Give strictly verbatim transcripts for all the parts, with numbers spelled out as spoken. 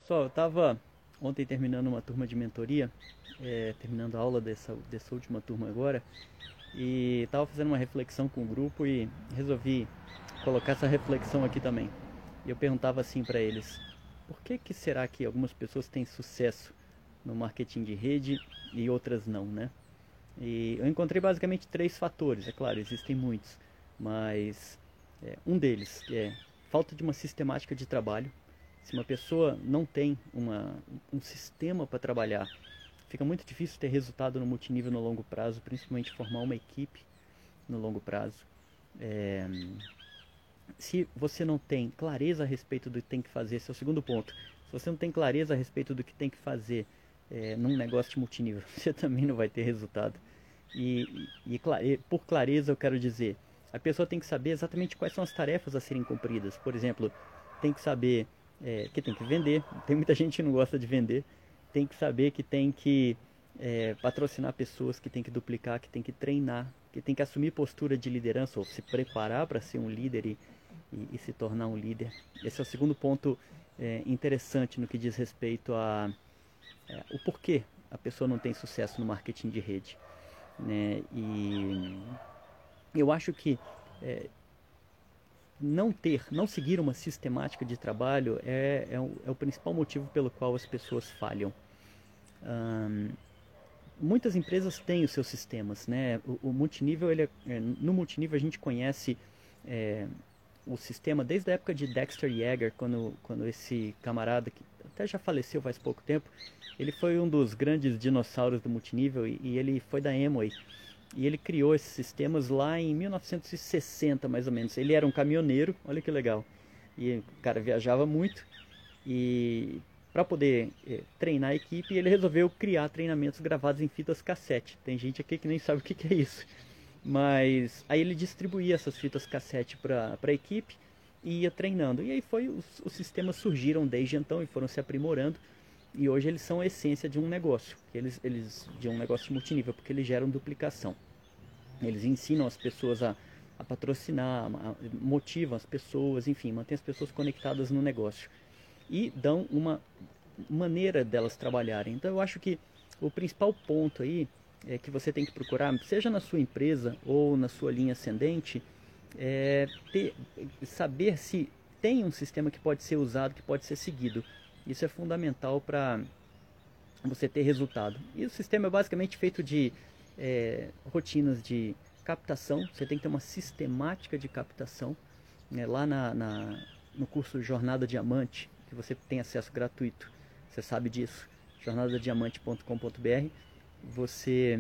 Pessoal, eu estava ontem terminando uma turma de mentoria, é, terminando a aula dessa, dessa última turma agora, e estava fazendo uma reflexão com o grupo e resolvi colocar essa reflexão aqui também. E eu perguntava assim para eles: por que que será que algumas pessoas têm sucesso no marketing de rede e outras não, né? E eu encontrei basicamente três fatores, é claro, existem muitos, mas é, um deles que é falta de uma sistemática de trabalho. Se uma pessoa não tem uma, um sistema para trabalhar, fica muito difícil ter resultado no multinível no longo prazo, principalmente formar uma equipe no longo prazo. É, se você não tem clareza a respeito do que tem que fazer, esse é o segundo ponto. Se você não tem clareza a respeito do que tem que fazer é, num negócio de multinível, você também não vai ter resultado. E, e, e por clareza eu quero dizer, a pessoa tem que saber exatamente quais são as tarefas a serem cumpridas. Por exemplo, tem que saber é, que tem que vender. Tem muita gente que não gosta de vender. Tem que saber que tem que é, patrocinar pessoas, que tem que duplicar, que tem que treinar, que tem que assumir postura de liderança ou se preparar para ser um líder e, e, e se tornar um líder. Esse é o segundo ponto é, interessante no que diz respeito a é, o porquê a pessoa não tem sucesso no marketing de rede, né? E eu acho que é, não ter, não seguir uma sistemática de trabalho é, é, o, é o principal motivo pelo qual as pessoas falham. Hum, muitas empresas têm os seus sistemas, né? O, o multinível, ele é, no multinível a gente conhece é, o sistema desde a época de Dexter Yeager, quando, quando esse camarada, que até já faleceu faz pouco tempo, ele foi um dos grandes dinossauros do multinível e, e ele foi da Amway. E ele criou esses sistemas lá em mil novecentos e sessenta, mais ou menos. Ele era um caminhoneiro, olha que legal. E o cara viajava muito. E para poder é, treinar a equipe, ele resolveu criar treinamentos gravados em fitas cassete. Tem gente aqui que nem sabe o que, que é isso. Mas aí ele distribuía essas fitas cassete para a equipe e ia treinando. E aí foi os, os sistemas surgiram desde então e foram se aprimorando. E hoje eles são a essência de um negócio, eles, eles de um negócio multinível, porque eles geram duplicação. Eles ensinam as pessoas a, a patrocinar, a, motivam as pessoas, enfim, mantêm as pessoas conectadas no negócio. E dão uma maneira delas trabalharem. Então eu acho que o principal ponto aí é que você tem que procurar, seja na sua empresa ou na sua linha ascendente, é ter, saber se tem um sistema que pode ser usado, que pode ser seguido. Isso é fundamental para você ter resultado. E o sistema é basicamente feito de é, rotinas de captação. Você tem que ter uma sistemática de captação. Né? Lá na, na, no curso Jornada Diamante, que você tem acesso gratuito, você sabe disso, jornada diamante ponto com ponto br, você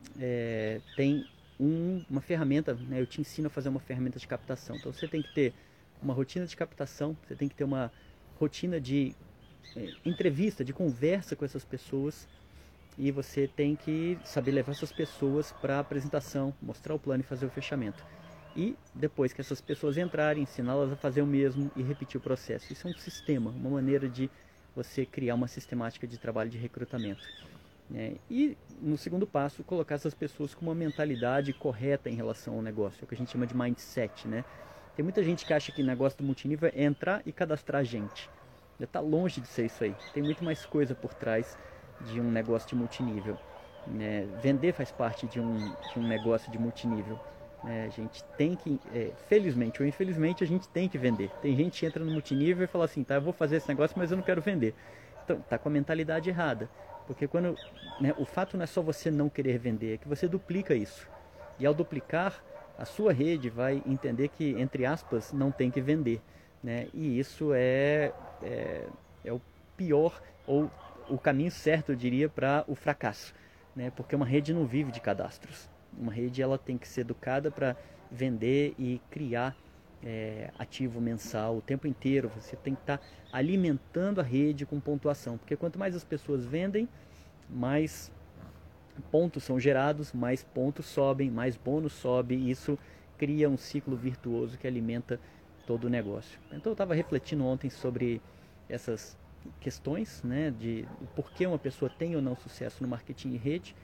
é, tem um, uma ferramenta, né? Eu te ensino a fazer uma ferramenta de captação. Então você tem que ter uma rotina de captação, você tem que ter uma rotina de é, entrevista, de conversa com essas pessoas, e você tem que saber levar essas pessoas para a apresentação, mostrar o plano e fazer o fechamento. E depois que essas pessoas entrarem, ensiná-las a fazer o mesmo e repetir o processo. Isso é um sistema, uma maneira de você criar uma sistemática de trabalho de recrutamento. É, e no segundo passo, colocar essas pessoas com uma mentalidade correta em relação ao negócio, é o que a gente chama de mindset, né? Tem muita gente que acha que o negócio do multinível é entrar e cadastrar gente. Já está longe de ser isso aí. Tem muito mais coisa por trás de um negócio de multinível. Né? Vender faz parte de um, de um negócio de multinível. Né? A gente tem que, é, felizmente ou infelizmente, a gente tem que vender. Tem gente que entra no multinível e fala assim, tá, eu vou fazer esse negócio, mas eu não quero vender. Então, tá com a mentalidade errada. Porque quando, né, o fato não é só você não querer vender, é que você duplica isso. E ao duplicar, a sua rede vai entender que, entre aspas, não tem que vender. Né? E isso é, é, é o pior, ou o caminho certo, eu diria, para o fracasso. Né? Porque uma rede não vive de cadastros. Uma rede ela tem que ser educada para vender e criar é, ativo mensal o tempo inteiro. Você tem que estar tá alimentando a rede com pontuação. Porque quanto mais as pessoas vendem, mais pontos são gerados, mais pontos sobem, mais bônus sobe. E isso cria um ciclo virtuoso que alimenta todo o negócio. Então eu estava refletindo ontem sobre essas questões, né, de por que uma pessoa tem ou não sucesso no marketing em rede,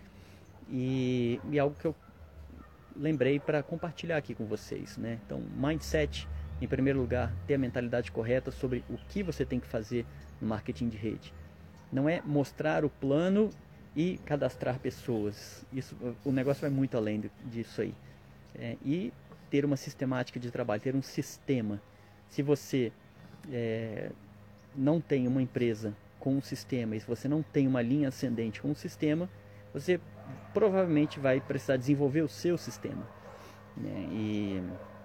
e, e algo que eu lembrei para compartilhar aqui com vocês, né? Então, mindset em primeiro lugar, ter a mentalidade correta sobre o que você tem que fazer no marketing de rede. Não é mostrar o plano e cadastrar pessoas. Isso, o negócio vai muito além disso aí. É, e ter uma sistemática de trabalho, ter um sistema. Se você é, não tem uma empresa com um sistema, e se você não tem uma linha ascendente com um sistema, você provavelmente vai precisar desenvolver o seu sistema. Né? E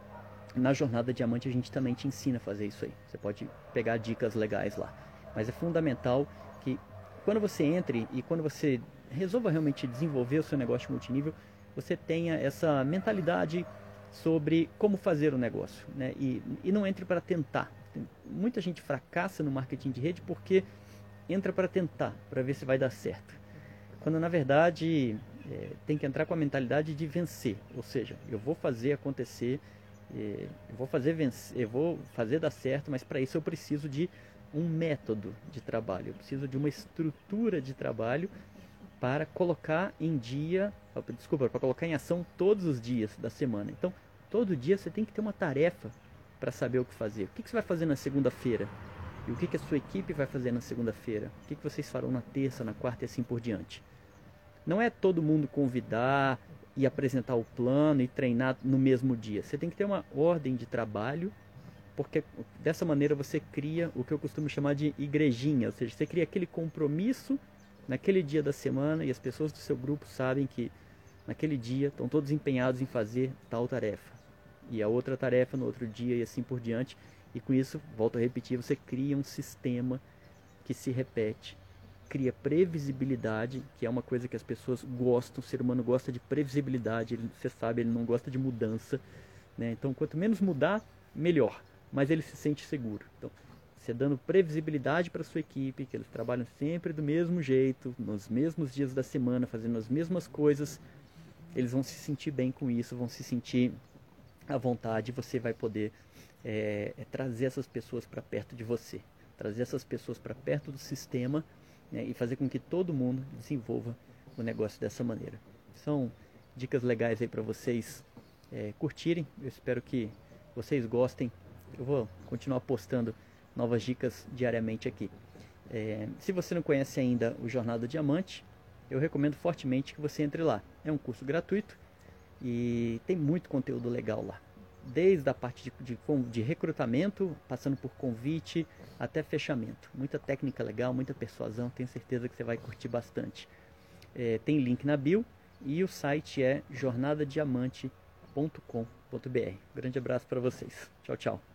na Jornada Diamante a gente também te ensina a fazer isso aí. Você pode pegar dicas legais lá. Mas é fundamental que quando você entre e quando você resolva realmente desenvolver o seu negócio multinível, você tenha essa mentalidade sobre como fazer o negócio, né? E, e não entre para tentar. Muita gente fracassa no marketing de rede porque entra para tentar, para ver se vai dar certo. Quando na verdade é, tem que entrar com a mentalidade de vencer, ou seja, eu vou fazer acontecer, é, eu vou fazer vencer, eu vou fazer dar certo, mas para isso eu preciso de um método de trabalho, eu preciso de uma estrutura de trabalho para colocar em dia, desculpa, para colocar em ação todos os dias da semana. Então, todo dia você tem que ter uma tarefa para saber o que fazer. O que, que você vai fazer na segunda-feira? E o que, que a sua equipe vai fazer na segunda-feira? O que, que vocês farão na terça, na quarta e assim por diante? Não é todo mundo convidar e apresentar o plano e treinar no mesmo dia. Você tem que ter uma ordem de trabalho, porque dessa maneira você cria o que eu costumo chamar de igrejinha, ou seja, você cria aquele compromisso naquele dia da semana e as pessoas do seu grupo sabem que naquele dia estão todos empenhados em fazer tal tarefa e a outra tarefa no outro dia e assim por diante. E com isso, volto a repetir, você cria um sistema que se repete, cria previsibilidade, que é uma coisa que as pessoas gostam, o ser humano gosta de previsibilidade, ele, você sabe, ele não gosta de mudança, né? Então quanto menos mudar, melhor, mas ele se sente seguro. Então, você dando previsibilidade para a sua equipe, que eles trabalham sempre do mesmo jeito, nos mesmos dias da semana, fazendo as mesmas coisas, eles vão se sentir bem com isso, vão se sentir à vontade, você vai poder é, é, trazer essas pessoas para perto de você, trazer essas pessoas para perto do sistema, né, e fazer com que todo mundo desenvolva o negócio dessa maneira. São dicas legais aí para vocês é, curtirem, eu espero que vocês gostem, eu vou continuar postando novas dicas diariamente aqui. É, se você não conhece ainda o Jornada Diamante, eu recomendo fortemente que você entre lá. É um curso gratuito e tem muito conteúdo legal lá. Desde a parte de, de, de recrutamento, passando por convite até fechamento. Muita técnica legal, muita persuasão, tenho certeza que você vai curtir bastante. É, tem link na bio e o site é jornada diamante ponto com ponto br. Grande abraço para vocês. Tchau, tchau.